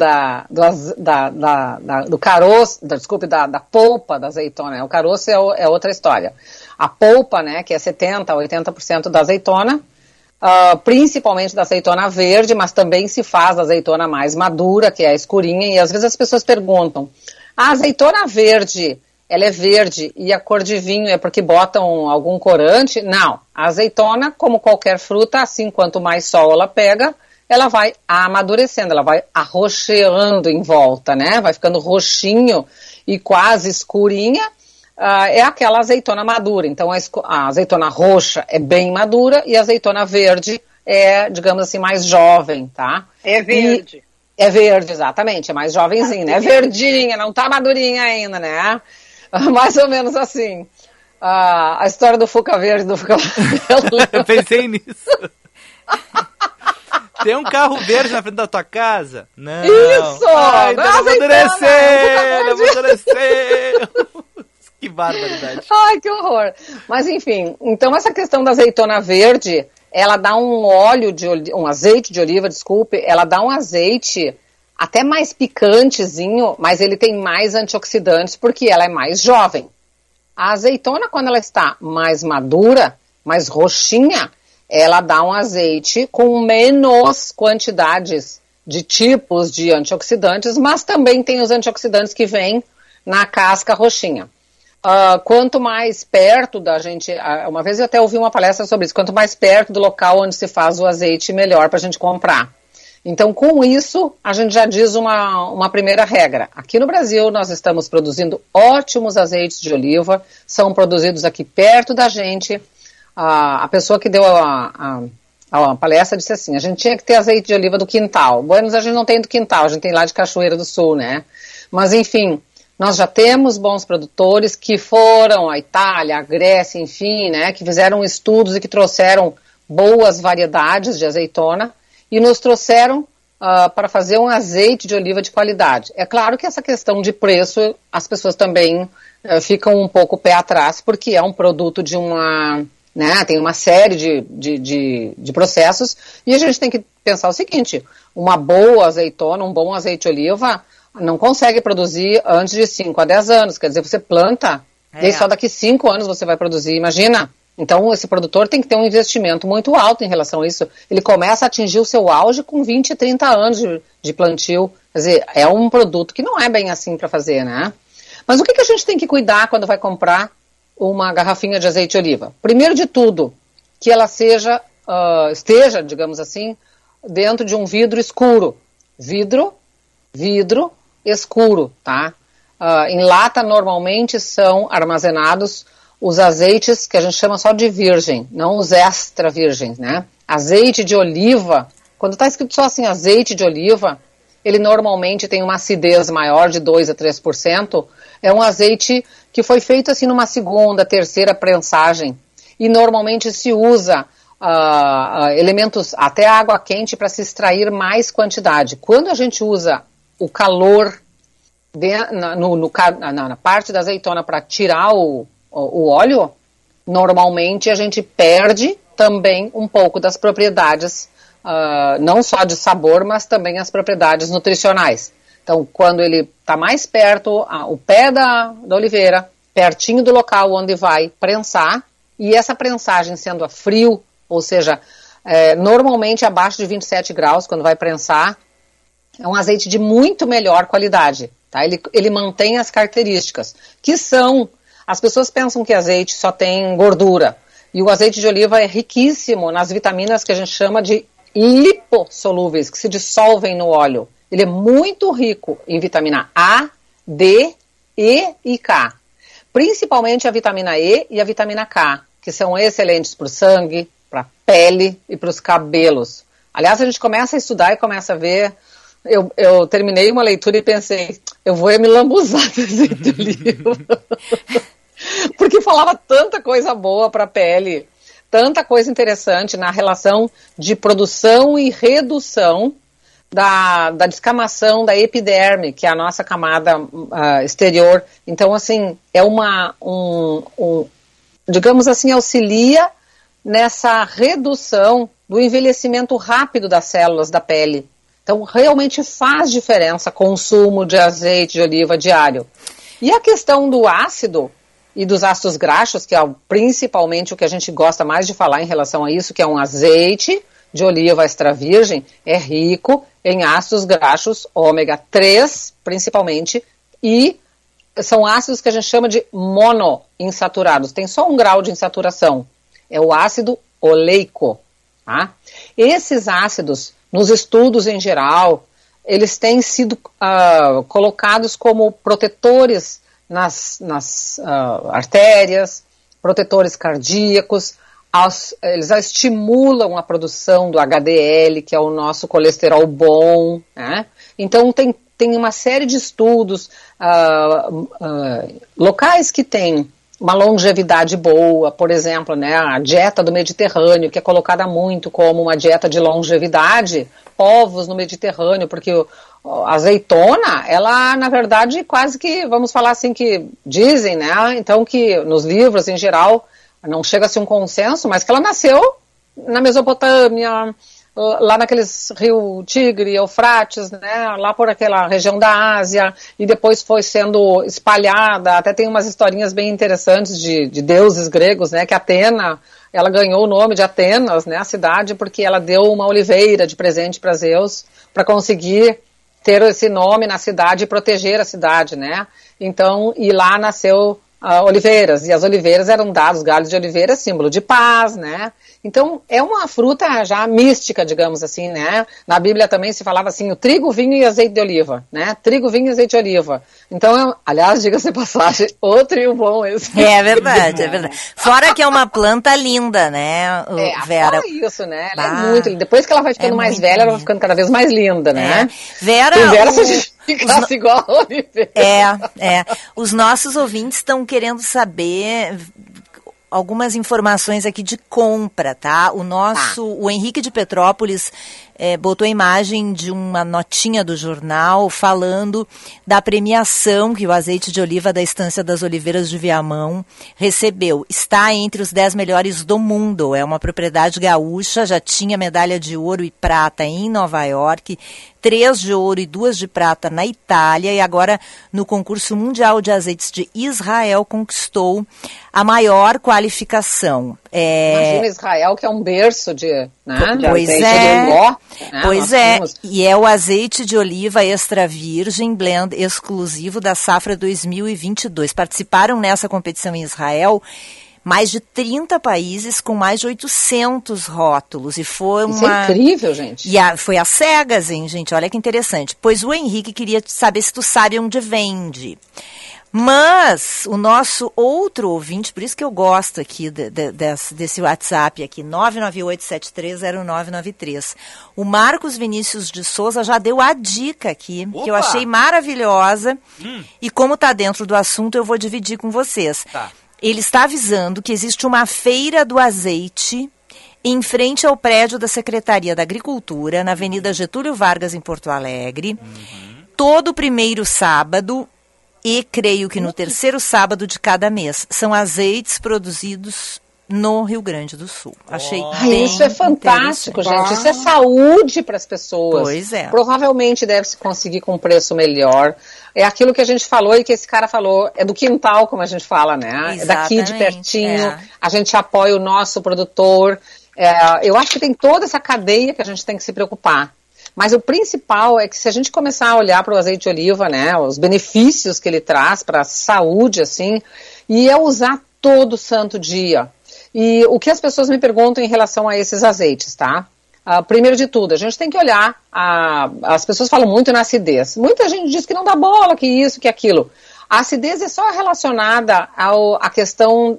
do caroço, da polpa da azeitona. O caroço é outra história. A polpa, né? Que é 70% a 80% da azeitona, principalmente da azeitona verde, mas também se faz da azeitona mais madura, que é a escurinha. E às vezes as pessoas perguntam, a azeitona verde, ela é verde e a cor de vinho é porque botam algum corante? Não. A azeitona, como qualquer fruta, assim quanto mais sol ela pega, ela vai amadurecendo, ela vai arroxeando em volta, né? Vai ficando roxinho e quase escurinha. É aquela azeitona madura. Então a azeitona roxa é bem madura e a azeitona verde é, digamos assim, mais jovem, tá? É verde. É verde, exatamente. É mais jovenzinha, né? É verdinha, não tá madurinha ainda, né? Mais ou menos assim. A história do Fuca Verde, do Fuca Amarelo. Eu pensei nisso. Tem um carro verde na frente da tua casa? Não. Isso! Ai, não amadureceu! Que barbaridade. Ai, que horror. Mas enfim, então essa questão da azeitona verde, ela dá um azeite de oliva, ela dá um azeite até mais picantezinho, mas ele tem mais antioxidantes porque ela é mais jovem. A azeitona, quando ela está mais madura, mais roxinha, ela dá um azeite com menos quantidades de tipos de antioxidantes, mas também tem os antioxidantes que vêm na casca roxinha. Quanto mais perto da gente, uma vez eu até ouvi uma palestra sobre isso, quanto mais perto do local onde se faz o azeite, melhor para a gente comprar. Então, com isso, a gente já diz uma primeira regra. Aqui no Brasil, nós estamos produzindo ótimos azeites de oliva, são produzidos aqui perto da gente. A pessoa que deu a palestra disse assim, a gente tinha que ter azeite de oliva do quintal. Buenos a gente não tem do quintal, a gente tem lá de Cachoeira do Sul, né? Mas, enfim, nós já temos bons produtores que foram à Itália, à Grécia, enfim, né? Que fizeram estudos e que trouxeram boas variedades de azeitona, e nos trouxeram para fazer um azeite de oliva de qualidade. É claro que essa questão de preço, as pessoas também ficam um pouco pé atrás, porque é um produto de tem uma série de processos, e a gente tem que pensar o seguinte, uma boa azeitona, um bom azeite de oliva, não consegue produzir antes de 5 a 10 anos, quer dizer, você planta, e só daqui 5 anos você vai produzir, imagina. Então, esse produtor tem que ter um investimento muito alto em relação a isso. Ele começa a atingir o seu auge com 20, 30 anos de plantio. Quer dizer, é um produto que não é bem assim para fazer, né? Mas o que a gente tem que cuidar quando vai comprar uma garrafinha de azeite de oliva? Primeiro de tudo, que ela esteja, digamos assim, dentro de um vidro escuro. Vidro escuro, tá? Em lata, normalmente, são armazenados os azeites que a gente chama só de virgem, não os extra virgens, né? Azeite de oliva, quando está escrito só assim, azeite de oliva, ele normalmente tem uma acidez maior de 2 a 3%. É um azeite que foi feito assim numa segunda, terceira prensagem. E normalmente se usa elementos, até água quente, para se extrair mais quantidade. Quando a gente usa o calor na parte da azeitona para tirar o óleo, normalmente a gente perde também um pouco das propriedades, não só de sabor, mas também as propriedades nutricionais. Então, quando ele está mais perto, o pé da oliveira, pertinho do local onde vai prensar, e essa prensagem sendo a frio, ou seja, normalmente abaixo de 27 graus, quando vai prensar, é um azeite de muito melhor qualidade. Tá? Ele mantém as características, que são... As pessoas pensam que azeite só tem gordura, e o azeite de oliva é riquíssimo nas vitaminas que a gente chama de lipossolúveis, que se dissolvem no óleo. Ele é muito rico em vitamina A, D, E e K. Principalmente a vitamina E e a vitamina K, que são excelentes para o sangue, para a pele e para os cabelos. Aliás, a gente começa a estudar e começa a ver... Eu terminei uma leitura e pensei, eu vou me lambuzar desse livro. Porque falava tanta coisa boa para a pele, tanta coisa interessante na relação de produção e redução da descamação da epiderme, que é a nossa camada exterior. Então, assim, é digamos assim, auxilia nessa redução do envelhecimento rápido das células da pele. Então, realmente faz diferença o consumo de azeite de oliva diário. E a questão do ácido e dos ácidos graxos, que é principalmente o que a gente gosta mais de falar em relação a isso, que é um azeite de oliva extra virgem, é rico em ácidos graxos ômega 3, principalmente, e são ácidos que a gente chama de monoinsaturados. Tem só 1 grau de insaturação. É o ácido oleico. Tá? Esses ácidos, nos estudos em geral, eles têm sido colocados como protetores nas artérias, protetores cardíacos, eles estimulam a produção do HDL, que é o nosso colesterol bom, né? Então tem uma série de estudos, locais que têm uma longevidade boa, por exemplo, né, a dieta do Mediterrâneo, que é colocada muito como uma dieta de longevidade, povos no Mediterrâneo, porque a azeitona, ela, na verdade, quase que, vamos falar assim, que dizem, né, então que nos livros, em geral, não chega a ser um consenso, mas que ela nasceu na Mesopotâmia, lá naqueles rio Tigre, Eufrates, né, lá por aquela região da Ásia, e depois foi sendo espalhada, até tem umas historinhas bem interessantes de deuses gregos, né, que Atena, ela ganhou o nome de Atenas, né, a cidade, porque ela deu uma oliveira de presente para Zeus, para conseguir ter esse nome na cidade e proteger a cidade, né, então, e lá nasceu oliveiras, e as oliveiras eram dadas, os galhos de oliveira, símbolo de paz, né? Então, é uma fruta já mística, digamos assim, né? Na Bíblia também se falava assim, o trigo, vinho e azeite de oliva, né? Trigo, vinho e azeite de oliva. Então, aliás, diga-se de passagem, o trio bom esse. É verdade, é verdade. Fora que é uma planta linda, né, Vera? Fora isso, né? Ela é muito, depois que ela vai ficando mais velha, ela vai ficando cada vez mais linda, né? Vera, ficasse igual a oliveira. Os nossos ouvintes estão querendo saber algumas informações aqui de compra, tá? O Henrique de Petrópolis botou a imagem de uma notinha do jornal falando da premiação que o azeite de oliva da Estância das Oliveiras de Viamão recebeu. Está entre os 10 melhores do mundo. É uma propriedade gaúcha, já tinha medalha de ouro e prata em Nova York, 3 de ouro e 2 de prata na Itália, e agora no concurso mundial de azeites de Israel conquistou a maior qualificação. Imagina Israel, que é um berço de, né, de pois azeite é, de oliva, né? Pois é, e é o azeite de oliva extra virgem, blend exclusivo da safra 2022. Participaram nessa competição em Israel mais de 30 países com mais de 800 rótulos. E foi Isso é incrível, gente. E foi às cegas, hein, gente? Olha que interessante. Pois o Henrique queria saber se tu sabe onde vende. Mas o nosso outro ouvinte, por isso que eu gosto aqui desse WhatsApp aqui, 998730993. O Marcos Vinícius de Souza já deu a dica aqui, que eu achei maravilhosa. E como está dentro do assunto, eu vou dividir com vocês. Tá. Ele está avisando que existe uma feira do azeite em frente ao prédio da Secretaria da Agricultura, na Avenida Getúlio Vargas, em Porto Alegre, todo primeiro sábado e creio que no terceiro sábado de cada mês. São azeites produzidos no Rio Grande do Sul. Achei bem isso é fantástico, gente. Isso é saúde para as pessoas. Pois é. Provavelmente deve se conseguir com um preço melhor. É aquilo que a gente falou e que esse cara falou, é do quintal, como a gente fala, né? Exatamente, é daqui de pertinho, a gente apoia o nosso produtor. Eu acho que tem toda essa cadeia que a gente tem que se preocupar. Mas o principal é que se a gente começar a olhar para o azeite de oliva, né, os benefícios que ele traz para a saúde, assim, e é usar todo santo dia. E o que as pessoas me perguntam em relação a esses azeites, tá? Primeiro de tudo, a gente tem que olhar, as pessoas falam muito na acidez. Muita gente diz que não dá bola, que isso, que aquilo. A acidez é só relacionada à questão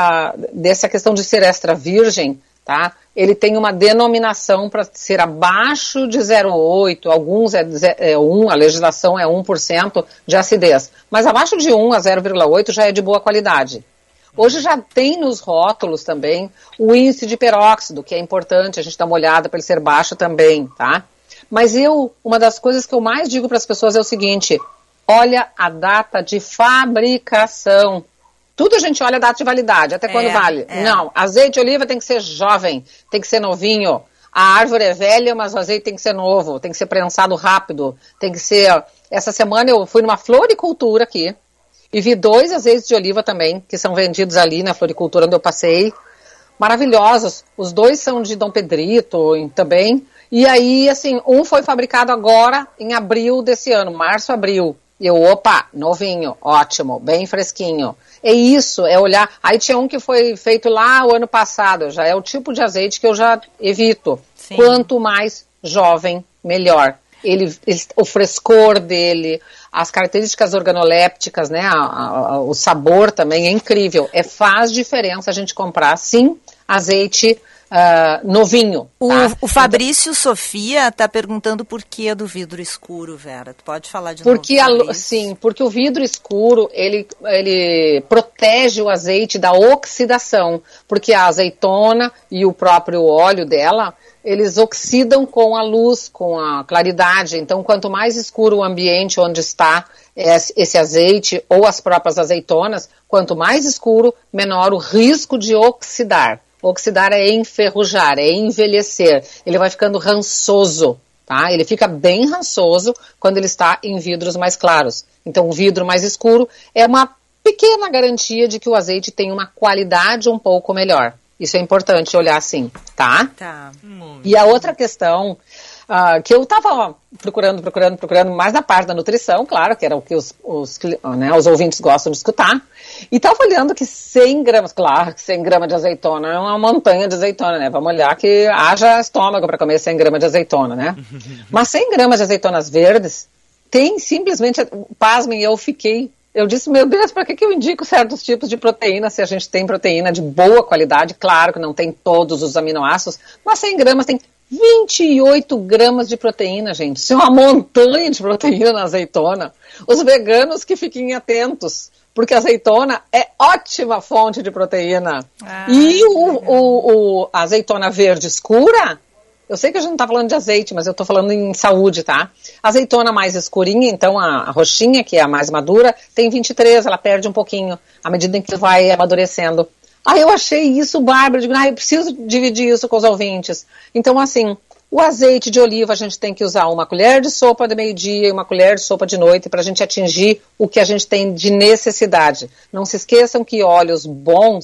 dessa questão de ser extra virgem, tá? Ele tem uma denominação para ser abaixo de 0,8, alguns é 1, a legislação é 1% de acidez. Mas abaixo de 1 a 0,8 já é de boa qualidade. Hoje já tem nos rótulos também o índice de peróxido, que é importante a gente dar uma olhada para ele ser baixo também, tá? Mas uma das coisas que eu mais digo para as pessoas é o seguinte, olha a data de fabricação. Tudo a gente olha a data de validade, até quando vale. Não, azeite de oliva tem que ser jovem, tem que ser novinho. A árvore é velha, mas o azeite tem que ser novo, tem que ser prensado rápido, tem que ser... Essa semana eu fui numa floricultura aqui, e vi 2 azeites de oliva também, que são vendidos ali na floricultura onde eu passei. Maravilhosos. Os 2 são de Dom Pedrito também. E aí, assim, um foi fabricado agora em abril desse ano, março, abril. E eu, novinho, ótimo, bem fresquinho. É isso, é olhar. Aí tinha um que foi feito lá o ano passado, já é o tipo de azeite que eu já evito. Sim. Quanto mais jovem, melhor. O frescor dele, as características organolépticas, né, o sabor também é incrível. Faz diferença a gente comprar, sim, azeite novinho. Tá? O Fabrício Sofia está perguntando por que do vidro escuro, Vera. Tu pode falar de novo sobre isso? Sim, porque o vidro escuro, ele protege o azeite da oxidação, porque a azeitona e o próprio óleo dela, eles oxidam com a luz, com a claridade. Então, quanto mais escuro o ambiente onde está esse azeite ou as próprias azeitonas, quanto mais escuro, menor o risco de oxidar. Oxidar é enferrujar, é envelhecer. Ele vai ficando rançoso, tá? Ele fica bem rançoso quando ele está em vidros mais claros. Então, o vidro mais escuro é uma pequena garantia de que o azeite tem uma qualidade um pouco melhor. Isso é importante olhar assim, tá? Tá. E a outra questão, que eu estava procurando, mais na parte da nutrição, claro, que era o que os ouvintes gostam de escutar, e estava olhando que 100 gramas, claro que 100 gramas de azeitona é uma montanha de azeitona, né? Vamos olhar que haja estômago para comer 100 gramas de azeitona, né? Mas 100 gramas de azeitonas verdes tem simplesmente, pasmem, eu disse, meu Deus, para que eu indico certos tipos de proteína se a gente tem proteína de boa qualidade? Claro que não tem todos os aminoácidos, mas 100 gramas tem 28 gramas de proteína, gente. Isso é uma montanha de proteína na azeitona. Os veganos que fiquem atentos, porque a azeitona é ótima fonte de proteína. E a azeitona verde escura, eu sei que a gente não está falando de azeite, mas eu estou falando em saúde, tá? A azeitona mais escurinha, então a roxinha, que é a mais madura, tem 23, ela perde um pouquinho à medida em que vai amadurecendo. Eu achei isso bárbaro, digo, eu preciso dividir isso com os ouvintes. Então, assim, o azeite de oliva a gente tem que usar uma colher de sopa de meio-dia e uma colher de sopa de noite para a gente atingir o que a gente tem de necessidade. Não se esqueçam que óleos bons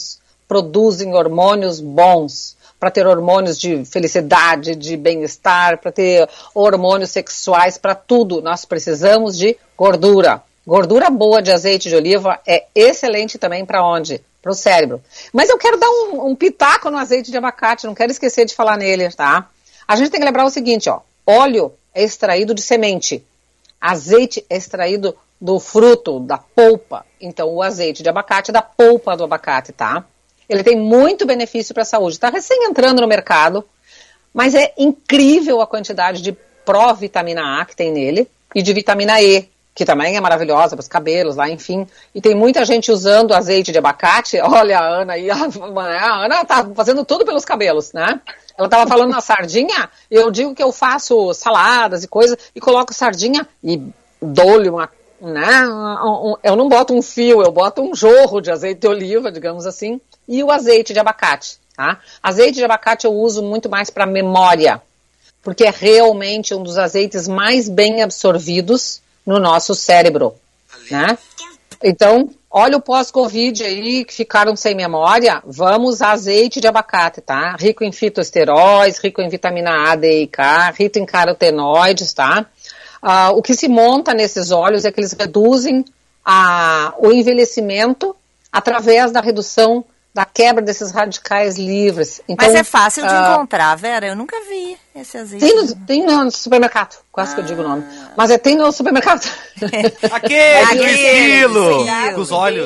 produzem hormônios bons. Para ter hormônios de felicidade, de bem-estar, para ter hormônios sexuais, para tudo, nós precisamos de gordura. Gordura boa de azeite de oliva é excelente também para onde? Para o cérebro. Mas eu quero dar um pitaco no azeite de abacate, não quero esquecer de falar nele, tá? A gente tem que lembrar o seguinte, ó, óleo é extraído de semente, azeite é extraído do fruto, da polpa. Então, o azeite de abacate é da polpa do abacate, tá? Ele tem muito benefício para a saúde. Está recém entrando no mercado, mas é incrível a quantidade de pró-vitamina A que tem nele e de vitamina E, que também é maravilhosa para os cabelos, lá, enfim. E tem muita gente usando azeite de abacate. Olha a Ana aí, a Ana tá fazendo tudo pelos cabelos, né? Ela estava falando na sardinha, eu digo que eu faço saladas e coisa, e coloco sardinha e dou-lhe uma... Né? Eu não boto um fio, eu boto um jorro de azeite de oliva, digamos assim, e o azeite de abacate, tá? Azeite de abacate eu uso muito mais para memória, porque é realmente um dos azeites mais bem absorvidos no nosso cérebro, né? Então, olha o pós-Covid aí, que ficaram sem memória, vamos usar azeite de abacate, tá? Rico em fitoesteróis, rico em vitamina A, D e K, rico em carotenoides, tá? O que se monta nesses óleos é que eles reduzem o envelhecimento através da redução da quebra desses radicais livres. Então, mas é fácil de encontrar, Vera? Eu nunca vi esse azeite. Tem no supermercado, quase que eu digo o nome. Mas tem no supermercado. Aquele estilo dos olhos.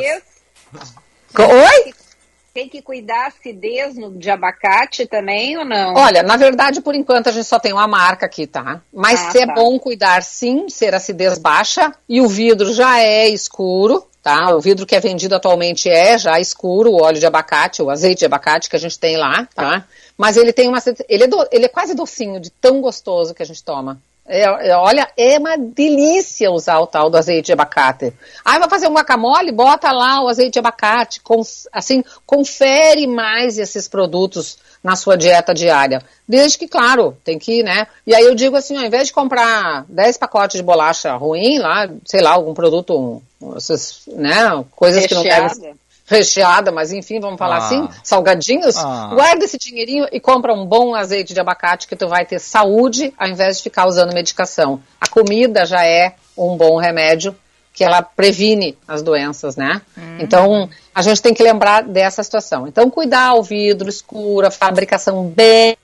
Oi? Tem que cuidar a acidez de abacate também ou não? Olha, na verdade, por enquanto, a gente só tem uma marca aqui, tá? Mas é bom cuidar, sim, ser acidez baixa. E o vidro já é escuro, tá? O vidro que é vendido atualmente é já escuro, o óleo de abacate, o azeite de abacate que a gente tem lá, tá? Mas ele tem ele é quase docinho, de tão gostoso que a gente toma. Olha, é uma delícia usar o tal do azeite de abacate. Aí vai fazer um guacamole, bota lá o azeite de abacate, confere mais esses produtos na sua dieta diária. Desde que, claro, tem que, né? E aí eu digo assim, ao invés de comprar 10 pacotes de bolacha ruim lá, sei lá, algum produto, né, coisas recheada. Que não devem... Recheada, mas enfim, vamos falar assim, salgadinhos, guarda esse dinheirinho e compra um bom azeite de abacate que tu vai ter saúde ao invés de ficar usando medicação. A comida já é um bom remédio que ela previne as doenças, né? Então, a gente tem que lembrar dessa situação. Então, cuidar o vidro escuro, a fabricação bem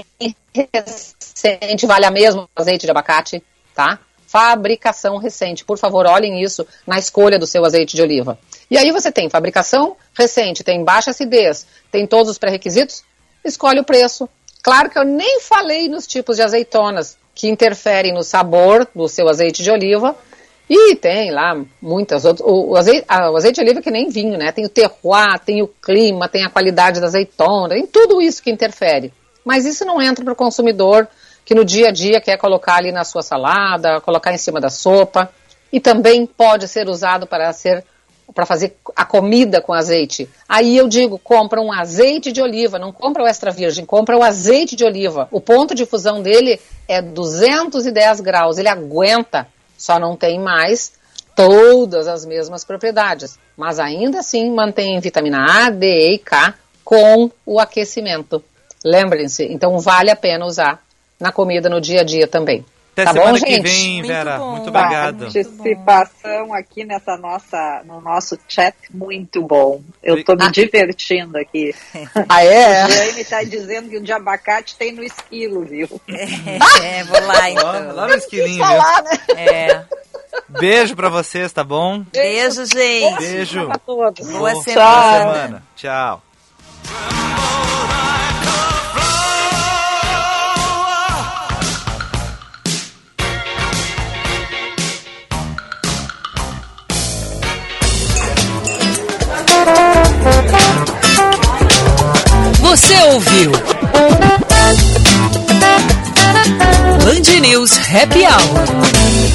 recente, vale a mesma azeite de abacate, tá? Fabricação recente, por favor, olhem isso na escolha do seu azeite de oliva. E aí você tem fabricação recente, tem baixa acidez, tem todos os pré-requisitos, escolhe o preço. Claro que eu nem falei nos tipos de azeitonas que interferem no sabor do seu azeite de oliva. E tem lá muitas outras. O azeite de oliva é que nem vinho, né? Tem o terroir, tem o clima, tem a qualidade da azeitona, tem tudo isso que interfere. Mas isso não entra para o consumidor que no dia a dia quer colocar ali na sua salada, colocar em cima da sopa. E também pode ser usado para fazer a comida com azeite. Aí eu digo, compra um azeite de oliva, não compra o extra virgem, compra o azeite de oliva. O ponto de fusão dele é 210 graus, ele aguenta, só não tem mais todas as mesmas propriedades. Mas ainda assim mantém vitamina A, D e K com o aquecimento. Lembrem-se, então vale a pena usar na comida no dia a dia também. Até tá semana bom, que gente? vem, Vera. Muito obrigado. Participação aqui no nosso chat, muito bom. Eu tô me divertindo aqui. Ah, é? O Jaime tá dizendo que o de abacate tem no esquilo, viu? Vou lá então. Lá no esquilinho, falar, viu? Né? Beijo pra vocês, tá bom? Beijo, gente. Beijo. Boa Boa semana. semana. Tchau. Você ouviu Band News Happy Hour.